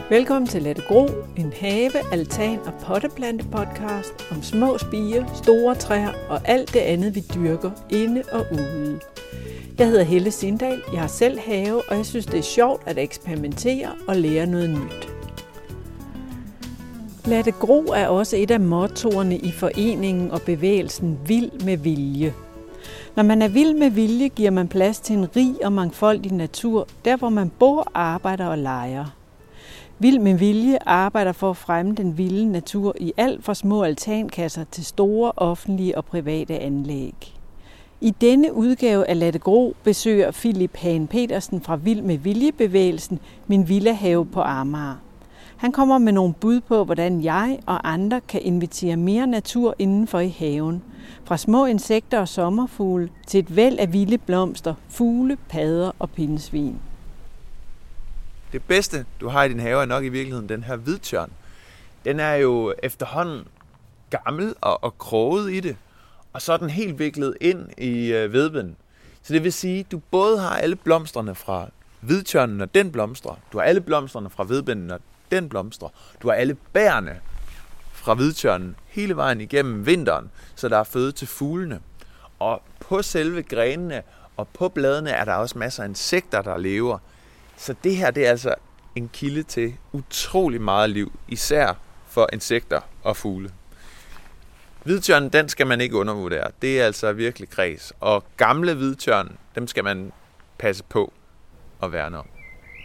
Velkommen til Lad det gro, en have-, altan- og potteplante-podcast om små spirer, store træer og alt det andet, vi dyrker inde og ude. Jeg hedder Helle Sindal, jeg har selv have, og jeg synes, det er sjovt at eksperimentere og lære noget nyt. Lad det gro er også et af mottoerne i foreningen og bevægelsen Vild med Vilje. Når man er vild med vilje, giver man plads til en rig og mangfoldig natur, der hvor man bor, arbejder og leger. Vild med Vilje arbejder for at fremme den vilde natur i alt fra små altankasser til store offentlige og private anlæg. I denne udgave af Lad det gro besøger Philip Hagen Petersen fra Vild med Vilje-bevægelsen min villahave på Amager. Han kommer med nogle bud på, hvordan jeg og andre kan invitere mere natur indenfor i haven. Fra små insekter og sommerfugle til et væld af vilde blomster, fugle, padder og pindsvin. Det bedste, du har i din have, er nok i virkeligheden den her hvidtjørn. Den er jo efterhånden gammel og kroget i det, og så er den helt viklet ind i vedben. Så det vil sige, at du både har alle blomsterne fra hvidtjørnen, når den blomstrer. Du har alle blomsterne fra vedbenden, når den blomstrer. Du har alle bærene fra hvidtjørnen hele vejen igennem vinteren, så der er føde til fuglene. Og på selve grenene og på bladene er der også masser af insekter, der lever. Så det her, det er altså en kilde til utrolig meget liv, især for insekter og fugle. Hvidtjørnen, den skal man ikke undervurdere. Det er altså virkelig kreds. Og gamle hvidtjørn, dem skal man passe på og værne om.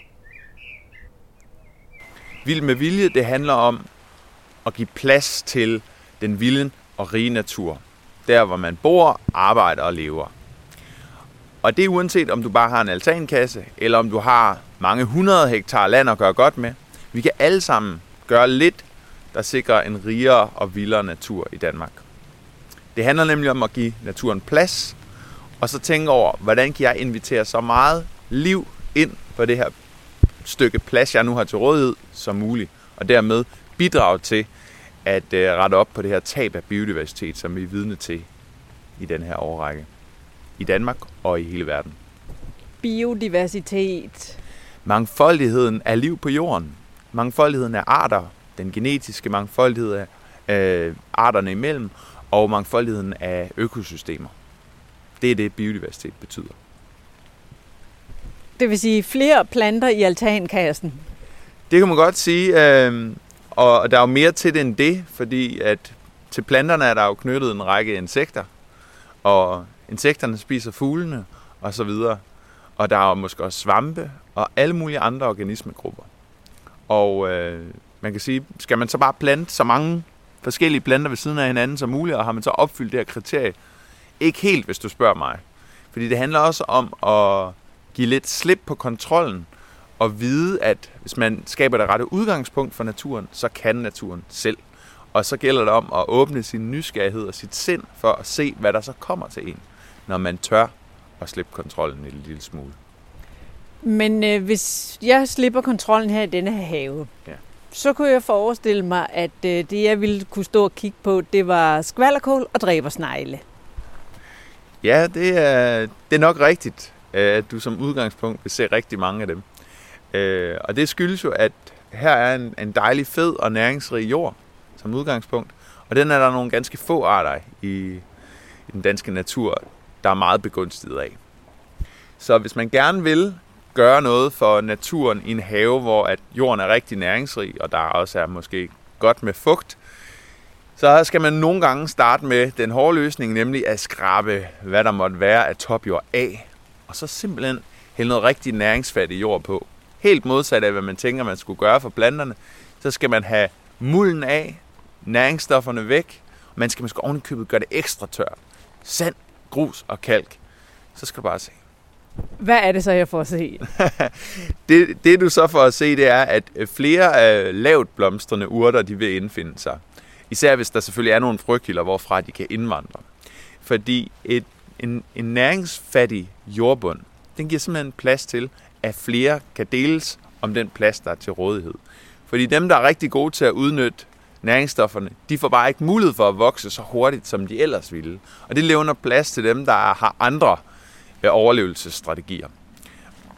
Vild med vilje, det handler om at give plads til den vilde og rige natur. Der, hvor man bor, arbejder og lever. Og det er uanset, om du bare har en altankasse, eller om du har mange 100 hektar land at gøre godt med. Vi kan alle sammen gøre lidt, der sikrer en rigere og vildere natur i Danmark. Det handler nemlig om at give naturen plads, og så tænke over, hvordan kan jeg invitere så meget liv ind på det her stykke plads, jeg nu har til rådighed, som muligt. Og dermed bidrage til at rette op på det her tab af biodiversitet, som vi er vidne til i den her årrække. I Danmark og i hele verden. Biodiversitet. Mangfoldigheden af liv på jorden. Mangfoldigheden af arter. Den genetiske mangfoldighed af arterne imellem. Og mangfoldigheden af økosystemer. Det er det, biodiversitet betyder. Det vil sige flere planter i altankassen. Det kan man godt sige. Og der er jo mere til det end det. Fordi at til planterne er der jo knyttet en række insekter. Og insekterne spiser fuglene og så videre. Og der er måske også svampe og alle mulige andre organismegrupper. Og man kan sige, skal man så bare plante så mange forskellige planter ved siden af hinanden som muligt, og har man så opfyldt det her kriterie? Ikke helt, hvis du spørger mig. Fordi det handler også om at give lidt slip på kontrollen og vide, at hvis man skaber det rette udgangspunkt for naturen, så kan naturen selv. Og så gælder det om at åbne sin nysgerrighed og sit sind for at se, hvad der så kommer til en, når man tør at slippe kontrollen en lille smule. Men hvis jeg slipper kontrollen her i denne her have, så kunne jeg forestille mig, at det jeg ville kunne stå og kigge på, det var skvalderkål og dræbersnegle. Ja, det er nok rigtigt, at du som udgangspunkt vil se rigtig mange af dem. Og det skyldes jo, at her er en dejlig fed og næringsrig jord som udgangspunkt. Og den er der nogle ganske få arter i den danske natur, der er meget begunstiget af. Så hvis man gerne vil gøre noget for naturen i en have, hvor at jorden er rigtig næringsrig, og der også er måske godt med fugt, så skal man nogle gange starte med den hårde løsning, nemlig at skrabe, hvad der måtte være af topjord af, og så simpelthen hælde noget rigtig næringsfattig jord på. Helt modsat af, hvad man tænker, man skulle gøre for planterne, så skal man have mulden af, næringsstofferne væk, og man skal måske ovenikøbet gøre det ekstra tørt. Sand, grus og kalk. Så skal du bare se. Hvad er det så, jeg får at se? det du så får at se, det er, at flere af lavt blomstrende urter, de vil indfinde sig. Især hvis der selvfølgelig er nogle frøkilder, hvorfra de kan indvandre. Fordi en næringsfattig jordbund, den giver simpelthen plads til, at flere kan deles om den plads, der er til rådighed. Fordi dem, der er rigtig gode til at udnytte næringsstofferne, de får bare ikke mulighed for at vokse så hurtigt, som de ellers ville. Og det levner plads til dem, der har andre overlevelsesstrategier.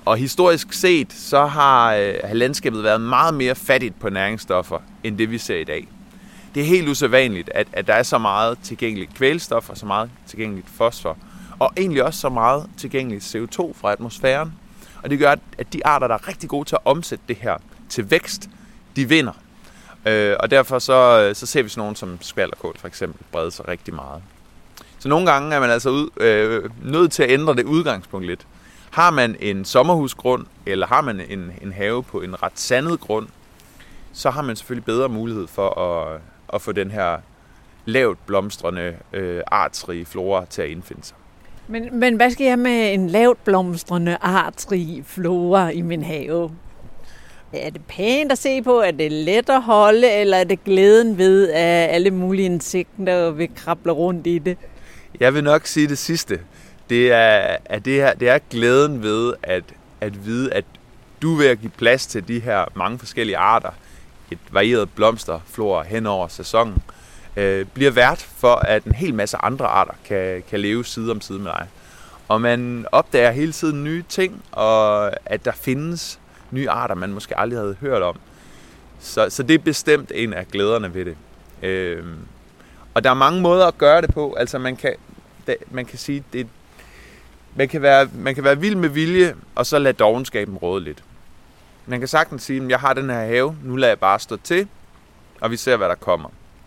Og historisk set, så har landskabet været meget mere fattigt på næringsstoffer, end det vi ser i dag. Det er helt usædvanligt, at der er så meget tilgængeligt kvælstof og så meget tilgængeligt fosfor. Og egentlig også så meget tilgængeligt CO2 fra atmosfæren. Og det gør, at de arter, der er rigtig gode til at omsætte det her til vækst, de vinder. Og derfor så ser vi sådan nogle som skvalderkål for eksempel brede sig rigtig meget. Så nogle gange er man altså nødt til at ændre det udgangspunkt lidt. Har man en sommerhusgrund, eller har man en have på en ret sandet grund, så har man selvfølgelig bedre mulighed for at få den her lavt blomstrende, artsrige flora til at indfinde sig. Men hvad skal jeg med en lavt blomstrende, artsrig flora i min have? Er det pænt at se på? Er det let at holde? Eller er det glæden ved, at alle mulige insekter vil krable rundt i det? Jeg vil nok sige det sidste. Det er glæden ved at vide, at du ved at give plads til de her mange forskellige arter, et varieret blomsterflora hen over sæsonen, bliver vært for, at en hel masse andre arter kan leve side om side med dig. Og man opdager hele tiden nye ting, og at der findes nye arter, man måske aldrig havde hørt om. Så det er bestemt en af glæderne ved det. Og der er mange måder at gøre det på. Altså man kan sige, man kan være vild med vilje, og så lade dovenskaben råde lidt. Man kan sagtens sige, at jeg har den her have, nu lader jeg bare stå til, og vi ser, hvad der kommer.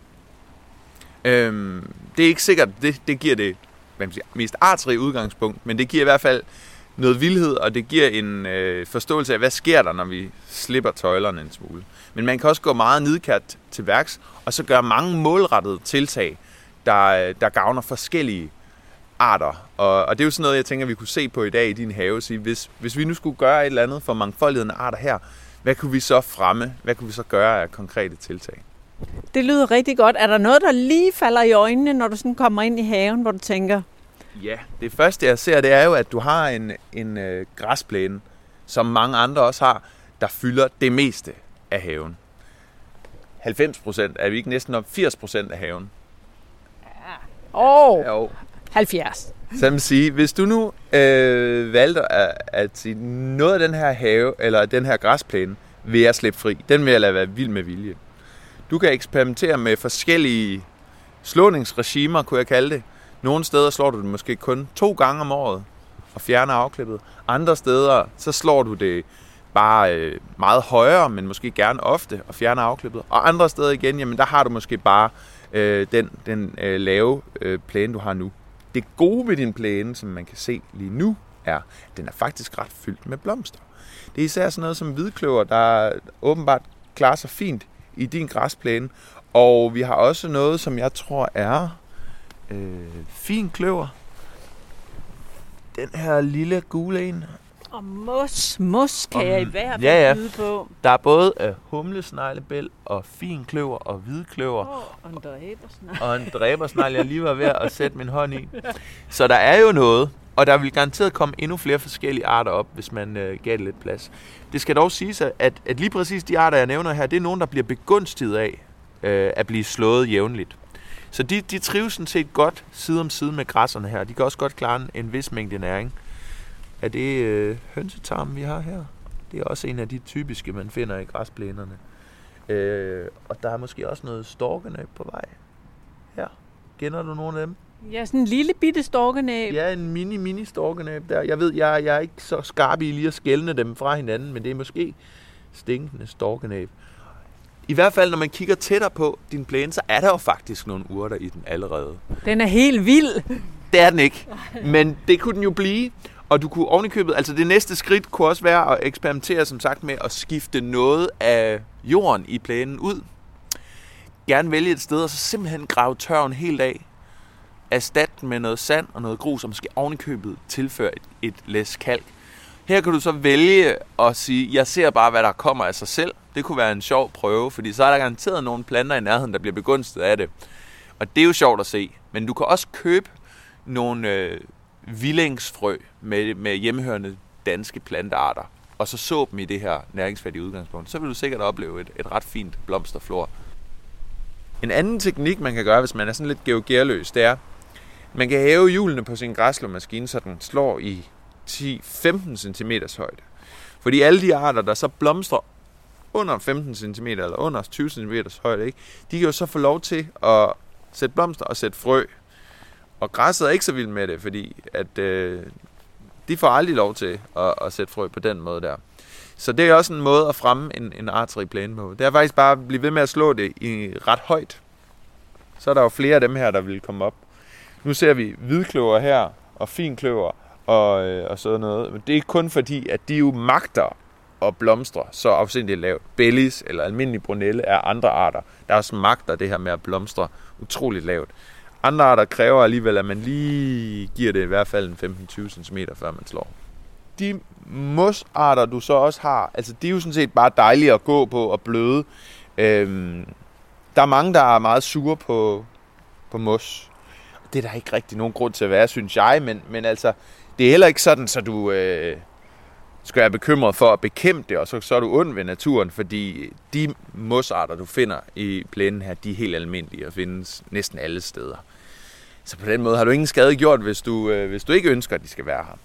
Det er ikke sikkert, det giver det mest artsrige udgangspunkt, men det giver i hvert fald noget vildhed, og det giver en forståelse af, hvad sker der, når vi slipper tøjlerne en smule. Men man kan også gå meget nidkært til værks, og så gøre mange målrettede tiltag, der gavner forskellige arter. Og det er jo sådan noget, jeg tænker, vi kunne se på i dag i din have. Sige, hvis vi nu skulle gøre et eller andet for mangfoldigheden af arter her, hvad kunne vi så fremme? Hvad kunne vi så gøre af konkrete tiltag? Det lyder rigtig godt. Er der noget, der lige falder i øjnene, når du sådan kommer ind i haven, hvor du tænker? Ja, det første jeg ser, det er jo, at du har en græsplæne, som mange andre også har, der fylder det meste af haven. 90% er vi ikke næsten op 80% af haven. Ja. 70. Så man sige, hvis du nu valgte at sige, noget af den her have, eller den her græsplæne, vil jeg slippe fri. Den vil jeg lade være vild med vilje. Du kan eksperimentere med forskellige slåningsregimer, kunne jeg kalde det. Nogle steder slår du det måske kun 2 gange om året og fjerner afklippet. Andre steder, så slår du det bare meget højere, men måske gerne ofte og fjerner afklippet. Og andre steder igen, jamen der har du måske bare den lave plæne, du har nu. Det gode ved din plæne, som man kan se lige nu, er, at den er faktisk ret fyldt med blomster. Det er især sådan noget som hvidkløver, der åbenbart klarer sig fint i din græsplæne. Og vi har også noget, som jeg tror er fin kløver. Den her lille gule en. Og mos kan jeg i hvert fald byde på. Der er både humlesneglebæl og fin kløver og hvidkløver. Og en dræbersnegl. Og en dræbersnegl, jeg lige var ved at sætte min hånd i. Så der er jo noget, og der vil garanteret komme endnu flere forskellige arter op, hvis man gav det lidt plads. Det skal dog siges, at lige præcis de arter, jeg nævner her, det er nogen, der bliver begunstiget af at blive slået jævnligt. Så de trives sådan set godt side om side med græsserne her. De kan også godt klare en vis mængde næring. Er det hønsetarmen, vi har her? Det er også en af de typiske, man finder i græsplænerne. Og der er måske også noget storkenæb på vej. Her. Kender du nogen af dem? Ja, sådan en lille bitte storkenæb. Ja, en mini storkenæb der. Jeg ved, jeg er ikke så skarp i lige at skelne dem fra hinanden, men det er måske stinkende storkenæb. I hvert fald, når man kigger tættere på din plæne, så er der jo faktisk nogle urter i den allerede. Den er helt vild. Det er den ikke, men det kunne den jo blive. Og du kunne ovenikøbet, altså det næste skridt kunne også være at eksperimentere, som sagt, med at skifte noget af jorden i plænen ud. Gerne vælge et sted, og så simpelthen grave tørven helt af. Erstat den med noget sand og noget grus, og måske ovenikøbet tilføre et læs kalk. Her kan du så vælge at sige, jeg ser bare, hvad der kommer af sig selv. Det kunne være en sjov prøve, fordi så er der garanteret nogle planter i nærheden, der bliver begunstiget af det. Og det er jo sjovt at se. Men du kan også købe nogle villængsfrø med hjemmehørende danske plantearter, og så dem i det her næringsfattige udgangspunkt. Så vil du sikkert opleve et ret fint blomsterflor. En anden teknik, man kan gøre, hvis man er sådan lidt georgierløs, det er, man kan hæve hjulene på sin græsslåmaskine, så den slår i 10-15 cm højde. Fordi alle de arter, der så blomstrer under 15 cm eller under 20 cm højde, ikke, de kan jo så få lov til at sætte blomster og sætte frø. Og græsset er ikke så vild med det, fordi at, de får aldrig lov til at sætte frø på den måde der. Så det er også en måde at fremme en artsrig plæne på. Det er faktisk bare at blive ved med at slå det i ret højt. Så er der jo flere af dem her, der vil komme op. Nu ser vi hvidkløver her, og finkløver, og sådan noget. Men det er kun fordi, at de jo magter at blomstre så afsindigt lavt. Bellis eller almindelig brunelle er andre arter, der også magter det her med at blomstre utroligt lavt. Andre arter kræver alligevel, at man lige giver det i hvert fald en 15-20 cm, før man slår. De mosarter, du så også har, altså de er jo sådan set bare dejlige at gå på og bløde. Der er mange, der er meget sure på mos. Det er der ikke rigtig nogen grund til at være, synes jeg, men altså, det er heller ikke sådan, så du skal være bekymret for at bekæmpe det, og så er du ond ved naturen, fordi de mosarter, du finder i plænen her, de er helt almindelige og findes næsten alle steder. Så på den måde har du ingen skade gjort, hvis du ikke ønsker, at de skal være her.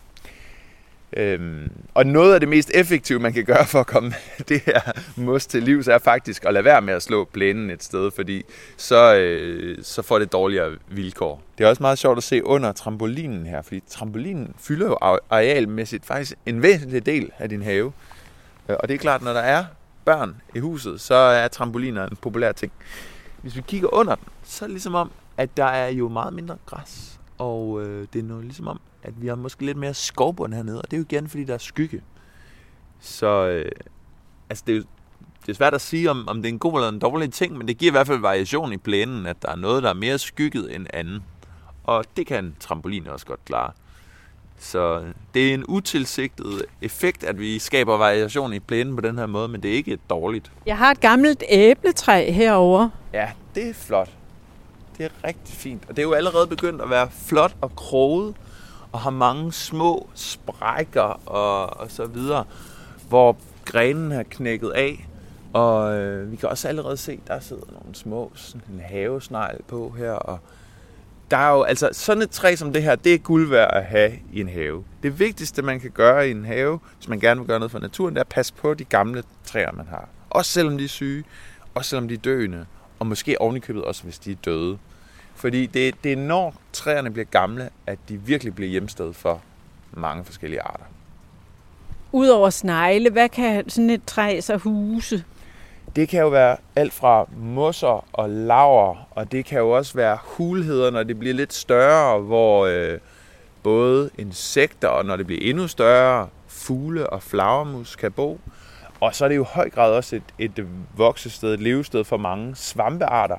Og noget af det mest effektive, man kan gøre for at komme det her mos til livs, er faktisk at lade være med at slå plænen et sted, fordi så får det dårligere vilkår. Det er også meget sjovt at se under trampolinen her, fordi trampolinen fylder jo arealmæssigt faktisk en væsentlig del af din have. Og det er klart, når der er børn i huset, så er trampoliner en populær ting. Hvis vi kigger under den, så er det ligesom om, at der er jo meget mindre græs, og det er noget ligesom om, at vi har måske lidt mere skovbund hernede, og det er jo igen, fordi der er skygge. Så altså det er svært at sige, om det er en god eller en dårlig ting, men det giver i hvert fald variation i plænen, at der er noget, der er mere skygget end anden. Og det kan en trampolin også godt klare. Så det er en utilsigtet effekt, at vi skaber variation i plænen på den her måde, men det er ikke dårligt. Jeg har et gammelt æbletræ herovre. Ja, det er flot. Det er rigtig fint. Og det er jo allerede begyndt at være flot og kroget, og har mange små sprækker og så videre, hvor grenen har knækket af. Og vi kan også allerede se, der sidder nogle små sådan en havesnegl på her. Og der er jo altså sådan et træ som det her, det er guld værd at have i en have. Det vigtigste, man kan gøre i en have, hvis man gerne vil gøre noget for naturen, det er at passe på de gamle træer, man har. Også selvom de er syge, også selvom de er døende, og måske ovenikøbet også, hvis de er døde. Fordi det er når træerne bliver gamle, at de virkelig bliver hjemsted for mange forskellige arter. Udover snegle, hvad kan sådan et træ så huse? Det kan jo være alt fra mosser og laver, og det kan jo også være hulheder, når det bliver lidt større, hvor både insekter, og når det bliver endnu større, fugle og flagermus kan bo. Og så er det jo i høj grad også et voksested, et levested for mange svampearter.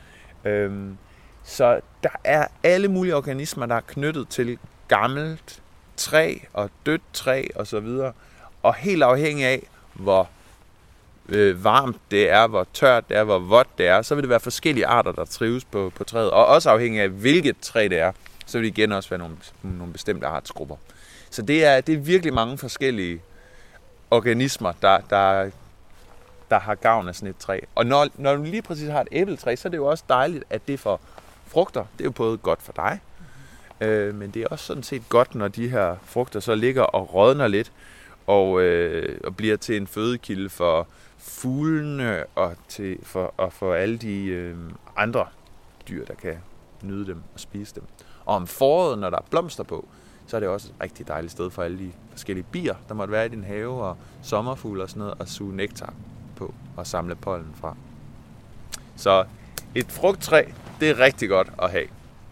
Så der er alle mulige organismer, der er knyttet til gammelt træ og dødt træ osv. Og helt afhængig af, hvor varmt det er, hvor tørt det er, hvor vådt det er, så vil det være forskellige arter, der trives på træet. Og også afhængig af, hvilket træ det er, så vil det igen også være nogle bestemte artsgrupper. Så det er virkelig mange forskellige organismer, der har gavn af sådan et træ. Og når du lige præcis har et æbletræ, så er det jo også dejligt, at det får frugter. Det er jo både godt for dig, men det er også sådan set godt, når de her frugter så ligger og rådner lidt, og bliver til en fødekilde for fuglene og for alle de andre dyr, der kan nyde dem og spise dem. Og om foråret, når der er blomster på, så er det også et rigtig dejligt sted for alle de forskellige bier, der måtte være i din have, og sommerfugle og sådan noget, og suge nektar på og samle pollen fra. Så et frugttræ, det er rigtig godt at have.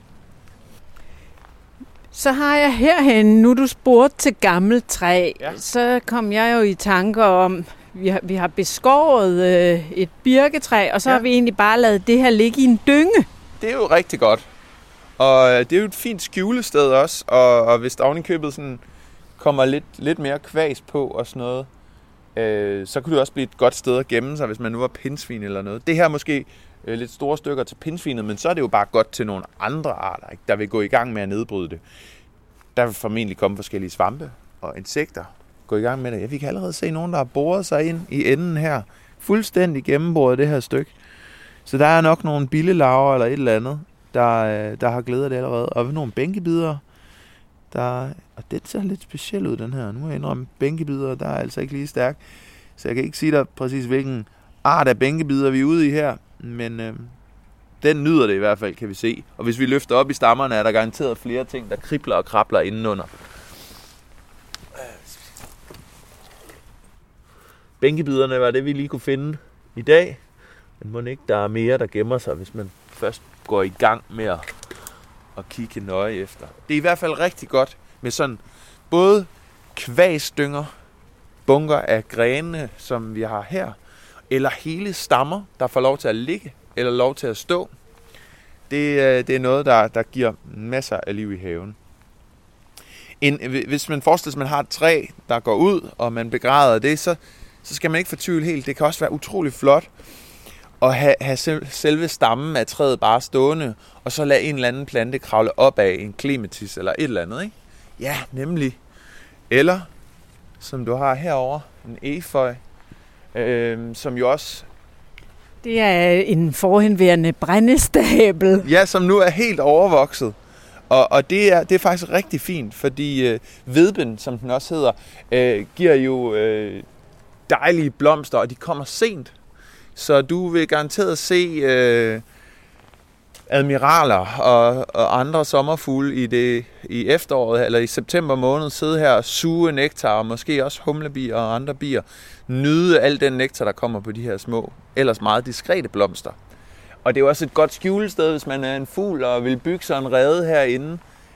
Så har jeg herhen, nu du spurgte til gammelt træ, ja. Så kom jeg jo i tanker om, vi har beskåret et birketræ, og så har vi egentlig bare ladet det her ligge i en dynge. Det er jo rigtig godt. Og det er jo et fint skjulested også, og hvis der ovenikøbet sådan kommer lidt mere kvas på og sådan noget, så kunne det også blive et godt sted at gemme sig, hvis man nu var pindsvin eller noget. Det her er måske lidt store stykker til pindsvinet, men så er det jo bare godt til nogle andre arter, ikke, der vil gå i gang med at nedbryde det. Der vil formentlig komme forskellige svampe og insekter gå i gang med det. Ja, vi kan allerede se nogen, der har boret sig ind i enden her, fuldstændig gennemboret det her stykke. Så der er nok nogle billelarver eller et eller andet, der har glæde af det allerede. Og nogle bænkebider. Og det ser lidt specielt ud, den her. Nu må jeg indrømme, bænkebider, der er altså ikke lige stærk. Så jeg kan ikke sige dig præcis, hvilken art af bænkebider vi er ude i her. Men den nyder det i hvert fald, kan vi se. Og hvis vi løfter op i stammerne, er der garanteret flere ting, der kribler og krabler indenunder. Bænkebiderne var det, vi lige kunne finde i dag. Men må ikke, der er mere, der gemmer sig, hvis man først går i gang med at kigge nøje efter. Det er i hvert fald rigtig godt med sådan både kvægsdynger, bunker af grene, som vi har her, eller hele stammer, der får lov til at ligge eller lov til at stå. Det er noget, der giver masser af liv i haven. Hvis man forestiller sig, at man har et træ, der går ud, og man begræder det, så skal man ikke fortvivle helt. Det kan også være utrolig flot at have selve stammen af træet bare stående, og så lade en eller anden plante kravle op af en clematis eller et eller andet, ikke? Ja, nemlig. Eller, som du har herover, en efeu, som jo også... Det er en forhenværende brændestabel. Ja, som nu er helt overvokset. Og det er faktisk rigtig fint, fordi vedben, som den også hedder, giver jo dejlige blomster, og de kommer sent. Så du vil garanteret se admiraler og andre sommerfugle i efteråret eller i september måned sidde her og suge nektar, og måske også humlebier og andre bier. Nyde al den nektar, der kommer på de her små, ellers meget diskrete blomster. Og det er jo også et godt skjulested, hvis man er en fugl og vil bygge sig en rede herinde.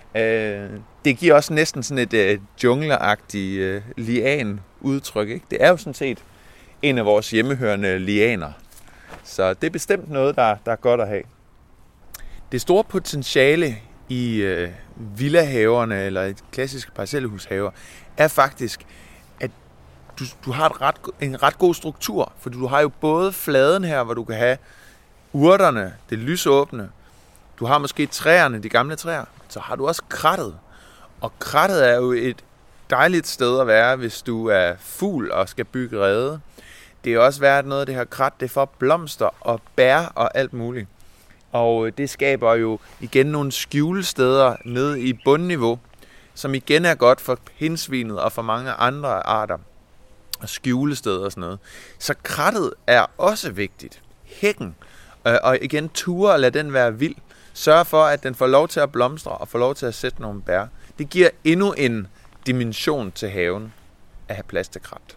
Det giver også næsten sådan et jungleragtigt lian-udtryk, ikke? Det er jo sådan set en af vores hjemmehørende lianer. Så det er bestemt noget, der er godt at have. Det store potentiale i villahaverne eller et klassisk parcelhushaver er faktisk, at du har en ret god struktur. For du har jo både fladen her, hvor du kan have urterne, det lysåbne. Du har måske træerne, de gamle træer. Så har du også krattet. Og krattet er jo et dejligt sted at være, hvis du er fugl og skal bygge rede. Det er også værd noget af det her krat, det får blomster og bær og alt muligt. Og det skaber jo igen nogle skjulesteder nede i bundniveau, som igen er godt for pindsvinet og for mange andre arter. Og skjulesteder og sådan noget. Så krattet er også vigtigt. Hækken. Og igen, ture og lad den være vild. Sørg for, at den får lov til at blomstre og får lov til at sætte nogle bær. Det giver endnu en dimension til haven at have plads til krat.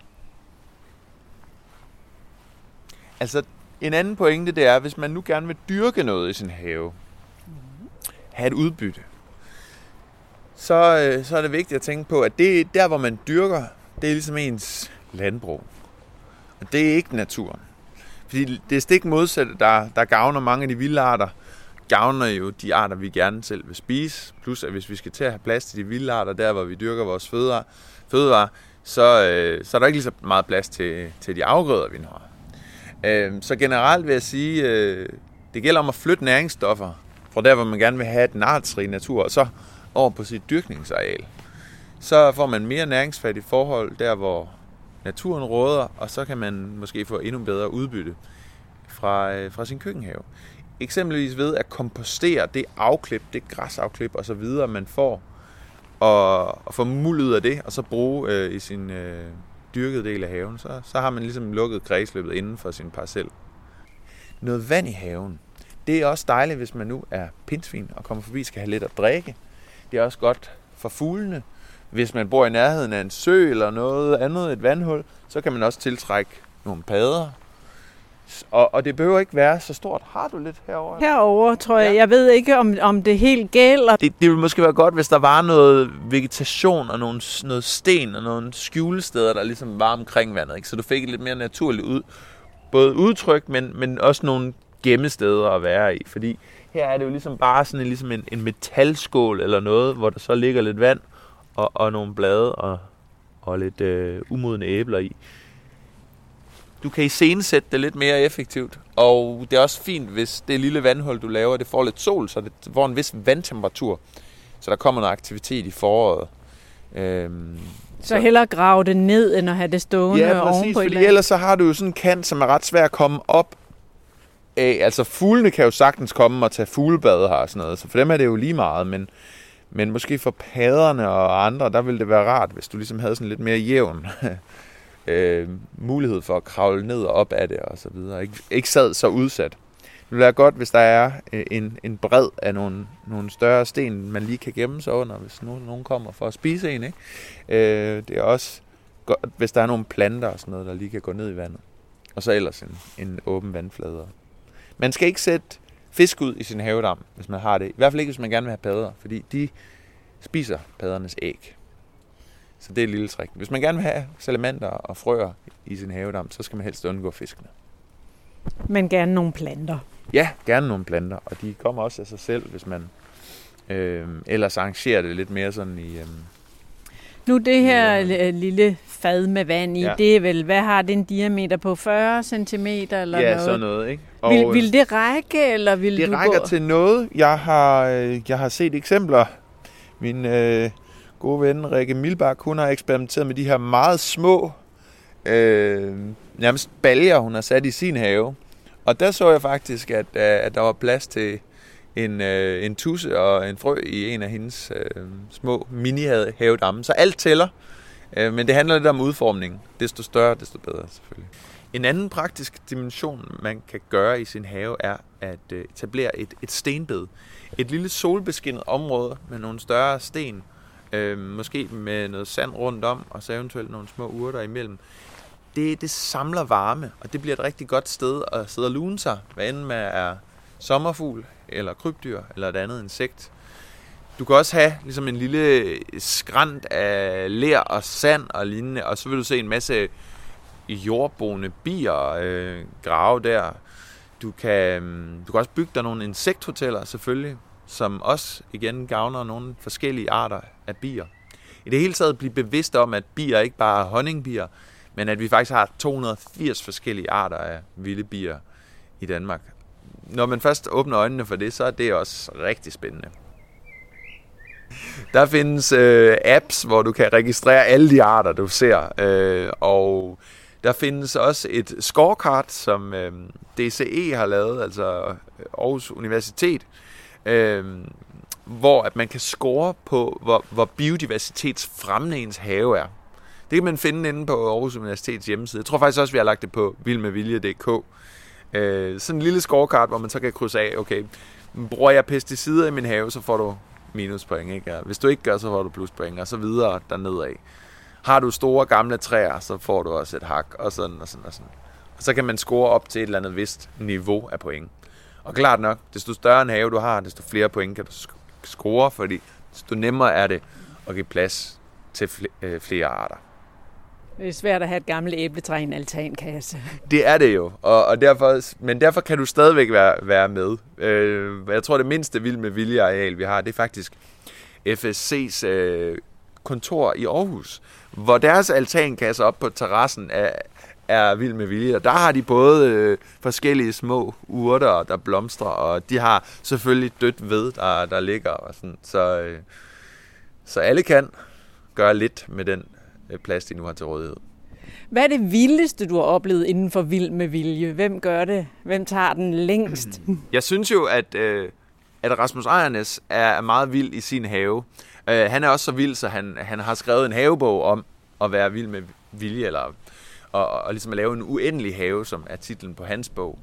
Altså, en anden pointe, det er, hvis man nu gerne vil dyrke noget i sin have, have et udbytte, så er det vigtigt at tænke på, at det der, hvor man dyrker, det er ligesom ens landbrug. Og det er ikke naturen. Fordi det er stik modsatte, der gavner mange af de vilde arter, gavner jo de arter, vi gerne selv vil spise. Plus, at hvis vi skal til at have plads til de vilde arter, der hvor vi dyrker vores fødevarer, så er der ikke lige så meget plads til de afgrøder, vi har. Så generelt vil jeg sige, det gælder om at flytte næringsstoffer fra der, hvor man gerne vil have den artsrige natur, og så over på sit dyrkningsareal. Så får man mere næringsfattige forhold der, hvor naturen råder, og så kan man måske få endnu bedre udbytte fra sin køkkenhave. Eksempelvis ved at kompostere det afklip, det græsafklip og så videre, man får, og få muld ud af det, og så bruge i sin dyrkede del af haven, så har man ligesom lukket kredsløbet inden for sin parcel. Noget vand i haven, det er også dejligt, hvis man nu er pindsvin og kommer forbi, skal have lidt at drikke. Det er også godt for fuglene. Hvis man bor i nærheden af en sø eller noget andet, et vandhul, så kan man også tiltrække nogle padder. Og det behøver ikke være så stort. Har du lidt herovre? Herovre, tror jeg. Ja. Jeg ved ikke, om det helt gælder. Det ville måske være godt, hvis der var noget vegetation og noget sten og nogle skjulesteder, der ligesom var omkring vandet. Ikke? Så du fik et lidt mere naturligt både udtryk, men også nogle gemmesteder at være i. Fordi her er det jo ligesom bare sådan ligesom en metalskål eller noget, hvor der så ligger lidt vand og nogle blade og lidt umodne æbler i. Du kan iscenesætte det lidt mere effektivt, og det er også fint, hvis det lille vandhul, du laver, det får lidt sol, så det får en vis vandtemperatur, så der kommer noget aktivitet i foråret. Så hellere grave det ned, end at have det stående ovenpå. Ja, præcis, fordi ellers så har du jo sådan en kant, som er ret svær at komme op af. Altså fuglene kan jo sagtens komme og tage fuglebad her og sådan noget, så for dem er det jo lige meget, Men måske for padderne og andre, der ville det være rart, hvis du ligesom havde sådan lidt mere jævn mulighed for at kravle ned og op af det og så videre. Ikke sad så udsat. Det ville være godt, hvis der er en bred af nogle større sten, man lige kan gemme sig under, hvis nogen kommer for at spise en. Ikke? Det er også godt, hvis der er nogle planter og sådan noget, der lige kan gå ned i vandet. Og så ellers en åben vandflade. Man skal ikke sætte fisk ud i sin havedam, hvis man har det. I hvert fald ikke, hvis man gerne vil have padder, fordi de spiser paddernes æg. Så det er et lille trick. Hvis man gerne vil have salamander og frøer i sin havedam, så skal man helst undgå fiskene. Men gerne nogle planter. Ja, gerne nogle planter, og de kommer også af sig selv, hvis man ellers arrangerer det lidt mere sådan i... Nu det her lille fad med vand i, det er vel, hvad har det en diameter på, 40 cm eller noget? Ja, sådan noget, ikke? Og vil det række, eller vil det du rækker til noget. Jeg har set eksempler. Min gode ven Rikke Milbak, hun har eksperimenteret med de her meget små, nærmest baljer, hun har sat i sin have. Og der så jeg faktisk, at der var plads til en tudse og en frø i en af hendes små mini-havedamme. Så alt tæller, men det handler lidt om udformning. Desto større, desto bedre selvfølgelig. En anden praktisk dimension, man kan gøre i sin have, er at etablere et stenbed. Et lille solbeskinnet område med nogle større sten, måske med noget sand rundt om, og så eventuelt nogle små urter imellem. Det samler varme, og det bliver et rigtig godt sted at sidde og lune sig, hvad enten man er sommerfugl, eller krybdyr, eller et andet insekt. Du kan også have ligesom en lille skrant af ler og sand og lignende, og så vil du se en masse jordboende bier grave der. Du kan også bygge der nogle insekthoteller selvfølgelig, som også igen gavner nogle forskellige arter af bier. I det hele taget blive bevidst om, at bier ikke bare er honningbier, men at vi faktisk har 280 forskellige arter af vilde bier i Danmark. Når man først åbner øjnene for det, så er det også rigtig spændende. Der findes apps, hvor du kan registrere alle de arter, du ser. Og der findes også et scorecard, som DCE har lavet, altså Aarhus Universitet, hvor at man kan score på, hvor biodiversitetsfremmende ens have er. Det kan man finde inde på Aarhus Universitets hjemmeside. Jeg tror faktisk også, vi har lagt det på vildmedvilje.dk. Sådan en lille scorecard, hvor man så kan krydse af, okay, bruger jeg pesticider i min have, så får du minuspoint, ikke? Hvis du ikke gør, så får du pluspoint, og så videre dernedad. Har du store gamle træer, så får du også et hak, og sådan og sådan og sådan. Og så kan man score op til et eller andet vist niveau af point. Og klart nok, desto større en have du har, desto flere point kan du score, fordi desto nemmere er det at give plads til flere arter. Det er svært at have et gammelt æbletræ i en altankasse. Det er det jo, men derfor kan du stadigvæk være med. Jeg tror, det mindste vild med vilje-areal, vi har, det er faktisk FSC's kontor i Aarhus, hvor deres altankasse op på terrassen er vild med vilje. Og der har de både forskellige små urter, der blomstrer, og de har selvfølgelig dødt ved, der ligger. Og sådan. Så alle kan gøre lidt med den plads, de nu har til rådighed. Hvad er det vildeste, du har oplevet inden for vild med vilje? Hvem gør det? Hvem tager den længst? Jeg synes jo, at Rasmus Ejernes er meget vild i sin have. Han er også så vild, så han har skrevet en havebog om at være vild med vilje, og ligesom at lave en uendelig have, som er titlen på hans bog.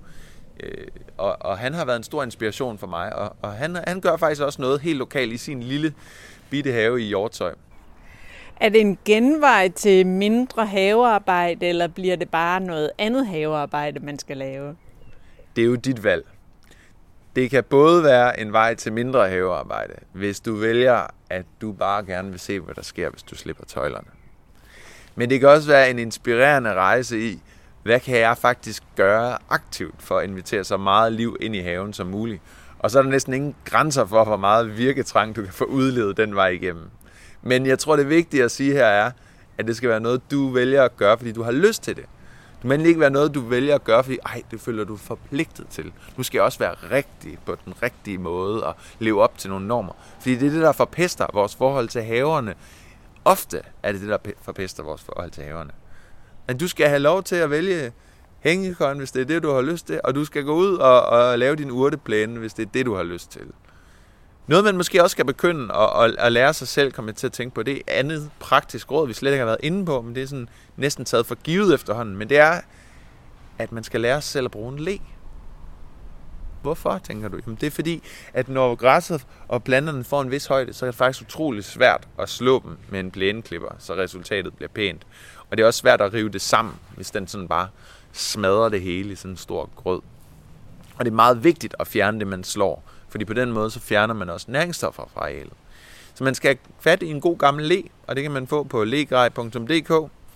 Og han har været en stor inspiration for mig, og han gør faktisk også noget helt lokalt i sin lille bitte have i Hjortshøj. Er det en genvej til mindre havearbejde, eller bliver det bare noget andet havearbejde, man skal lave? Det er jo dit valg. Det kan både være en vej til mindre havearbejde, hvis du vælger, at du bare gerne vil se, hvad der sker, hvis du slipper tøjlerne. Men det kan også være en inspirerende rejse i, hvad kan jeg faktisk gøre aktivt for at invitere så meget liv ind i haven som muligt. Og så er der næsten ingen grænser for, hvor meget virketrang du kan få udlevet den vej igennem. Men jeg tror, det vigtige at sige her er, at det skal være noget, du vælger at gøre, fordi du har lyst til det. Det må ikke være noget, du vælger at gøre, fordi det føler du forpligtet til. Du skal også være rigtig på den rigtige måde og leve op til nogle normer. Fordi det er det, der forpester vores forhold til haverne. Ofte er det det, der forpester vores forhold til haverne. Men du skal have lov til at vælge hængekøjen, hvis det er det, du har lyst til. Og du skal gå ud og lave din urteplæne, hvis det er det, du har lyst til. Noget, man måske også skal begynde at lære sig selv, komme til at tænke på, det er andet praktisk råd, vi slet ikke har været inde på, men det er sådan næsten taget for givet efterhånden, men det er, at man skal lære sig selv at bruge en le. Hvorfor, tænker du? Jamen, det er fordi, at når græsset og planterne får en vis højde, så er det faktisk utroligt svært at slå dem med en plæneklipper, så resultatet bliver pænt. Og det er også svært at rive det sammen, hvis den sådan bare smadrer det hele i sådan en stor grød. Og det er meget vigtigt at fjerne det, man slår, fordi på den måde så fjerner man også næringsstoffer fra arealet. Så man skal have fat i en god gammel le, og det kan man få på legrej.dk.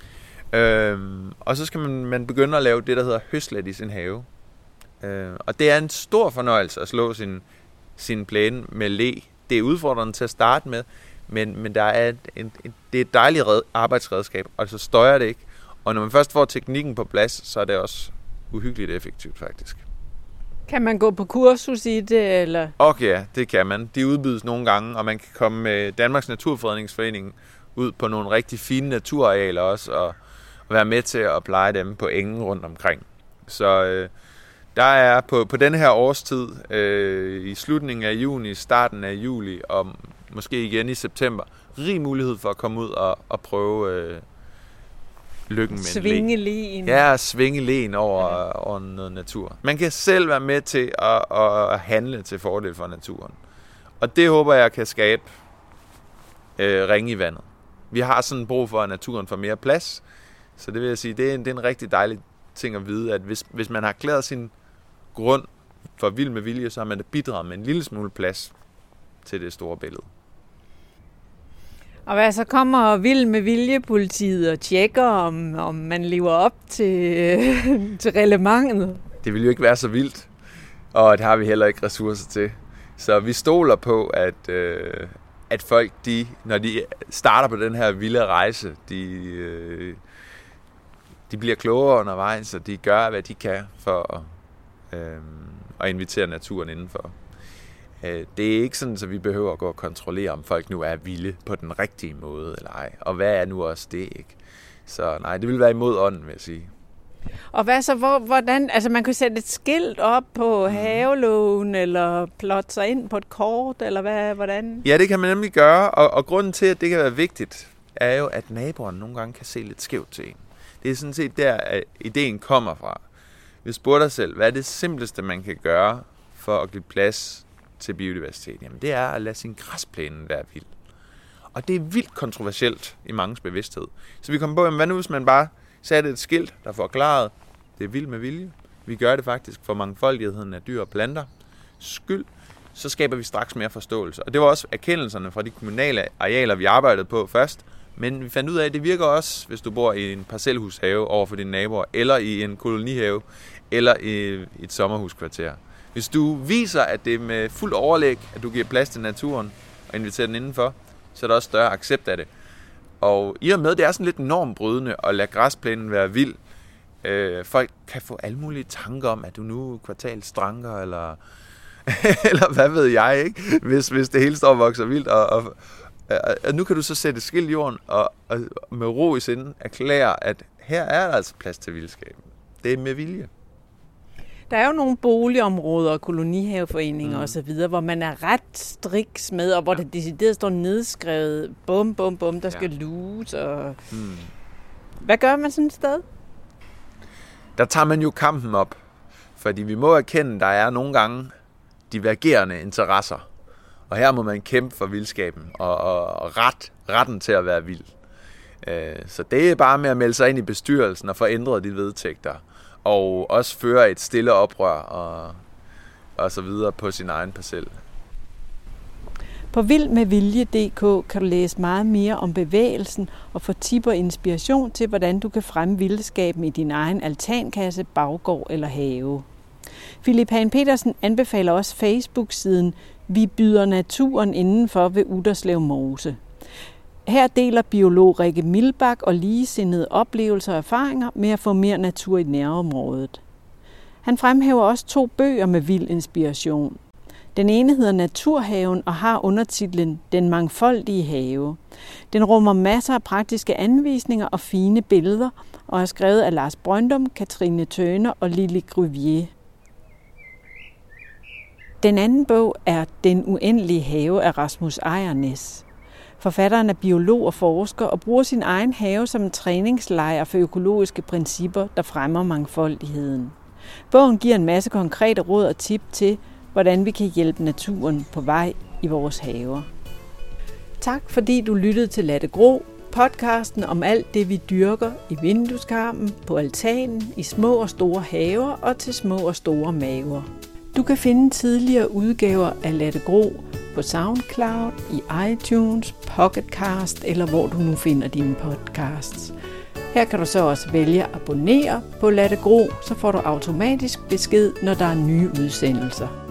Og så skal man begynde at lave det, der hedder høslet i sin have. Og det er en stor fornøjelse at slå sin plæne med le. Det er udfordrende til at starte med, men der er det er et dejligt arbejdsredskab, og så støjer det ikke. Og når man først får teknikken på plads, så er det også uhyggeligt effektivt faktisk. Kan man gå på kursus i det, eller? Okay, ja, det kan man. De udbydes nogle gange, og man kan komme med Danmarks Naturfredningsforening ud på nogle rigtig fine naturarealer også, og være med til at pleje dem på engen rundt omkring. Så der er på denne her årstid, i slutningen af juni, starten af juli, og måske igen i september, rig mulighed for at komme ud og prøve lykken med svinge leen. Ja, svinge leen over noget natur. Man kan selv være med til at handle til fordel for naturen. Og det håber jeg kan skabe ringe i vandet. Vi har sådan brug for, at naturen får mere plads. Så det vil jeg sige, det er en rigtig dejlig ting at vide, at hvis man har erklæret sin grund for vild med vilje, så har man det bidraget med en lille smule plads til det store billede. Og hvad så kommer Vild med Vilje-politiet og tjekker, om man lever op til reglementet? Det vil jo ikke være så vildt, og det har vi heller ikke ressourcer til. Så vi stoler på, at folk, når de starter på den her vilde rejse, de bliver klogere undervejs, og de gør, hvad de kan for at invitere naturen indenfor. Det er ikke sådan, at vi behøver at gå og kontrollere, om folk nu er vilde på den rigtige måde eller ej. Og hvad er nu også det, ikke? Så nej, det vil være imod ånden, vil jeg sige. Og hvad så, hvordan, altså man kan sætte et skilt op på havelågen, eller plotte sig ind på et kort, eller hvordan? Ja, det kan man nemlig gøre, og grunden til, at det kan være vigtigt, er jo, at naboerne nogle gange kan se lidt skævt til en. Det er sådan set der, at ideen kommer fra. Vi spurgte dig selv, hvad er det simpleste, man kan gøre for at give plads til biodiversitet? Jamen, det er at lade sin græsplæne være vild. Og det er vildt kontroversielt i manges bevidsthed. Så vi kom på, hvad nu hvis man bare satte et skilt, der forklarede, det er vild med vilje. Vi gør det faktisk for mangfoldigheden af dyr og planter skyld. Så skaber vi straks mere forståelse. Og det var også erkendelserne fra de kommunale arealer, vi arbejdede på først. Men vi fandt ud af, at det virker også, hvis du bor i en parcelhushave over for dine naboer, eller i en kolonihave, eller i et sommerhuskvarter. Hvis du viser, at det er med fuld overlæg, at du giver plads til naturen og inviterer den indenfor, så er der også større accept af det. Og i og med, det er sådan lidt normbrydende at lade græsplænen være vild. Folk kan få alle mulige tanker om, at du nu kvartalstranker, eller hvad ved jeg, ikke? Hvis det hele står og vokser vildt. Og nu kan du så sætte skilt i jorden og med ro i sinden erklære, at her er der altså plads til vildskaben. Det er med vilje. Der er jo nogle boligområder og kolonihaveforeninger og så videre, hvor man er ret striks med, og hvor det decideret står nedskrevet, bum, bum, bum, der skal luges. Og hvad gør man sådan et sted? Der tager man jo kampen op, fordi vi må erkende, at der er nogle gange divergerende interesser. Og her må man kæmpe for vildskaben og retten til at være vild. Så det er bare med at melde sig ind i bestyrelsen og få ændret de vedtægter. Og også føre et stille oprør og så videre på sin egen parcel. På vildmedvilje.dk kan du læse meget mere om bevægelsen og få tip og inspiration til, hvordan du kan fremme vildskaben i din egen altankasse, baggård eller have. Philip Hahn Petersen anbefaler også Facebook-siden Vi byder naturen indenfor ved Utterslev Mose. Her deler biolog Rikke Milbak og ligesindede oplevelser og erfaringer med at få mere natur i nærområdet. Han fremhæver også 2 bøger med vild inspiration. Den ene hedder Naturhaven og har undertitlen Den mangfoldige have. Den rummer masser af praktiske anvisninger og fine billeder og er skrevet af Lars Brøndum, Katrine Tøner og Lili Gruvier. Den anden bog er Den uendelige have af Rasmus Ejrnæs. Forfatteren er biolog og forsker og bruger sin egen have som en træningslejr for økologiske principper, der fremmer mangfoldigheden. Bogen giver en masse konkrete råd og tip til, hvordan vi kan hjælpe naturen på vej i vores haver. Tak fordi du lyttede til Lad det gro, podcasten om alt det vi dyrker i vindueskarmen, på altanen, i små og store haver og til små og store maver. Du kan finde tidligere udgaver af Lad det gro på SoundCloud, i iTunes, Pocketcast eller hvor du nu finder dine podcasts. Her kan du så også vælge at abonnere på Lad det gro, så får du automatisk besked, når der er nye udsendelser.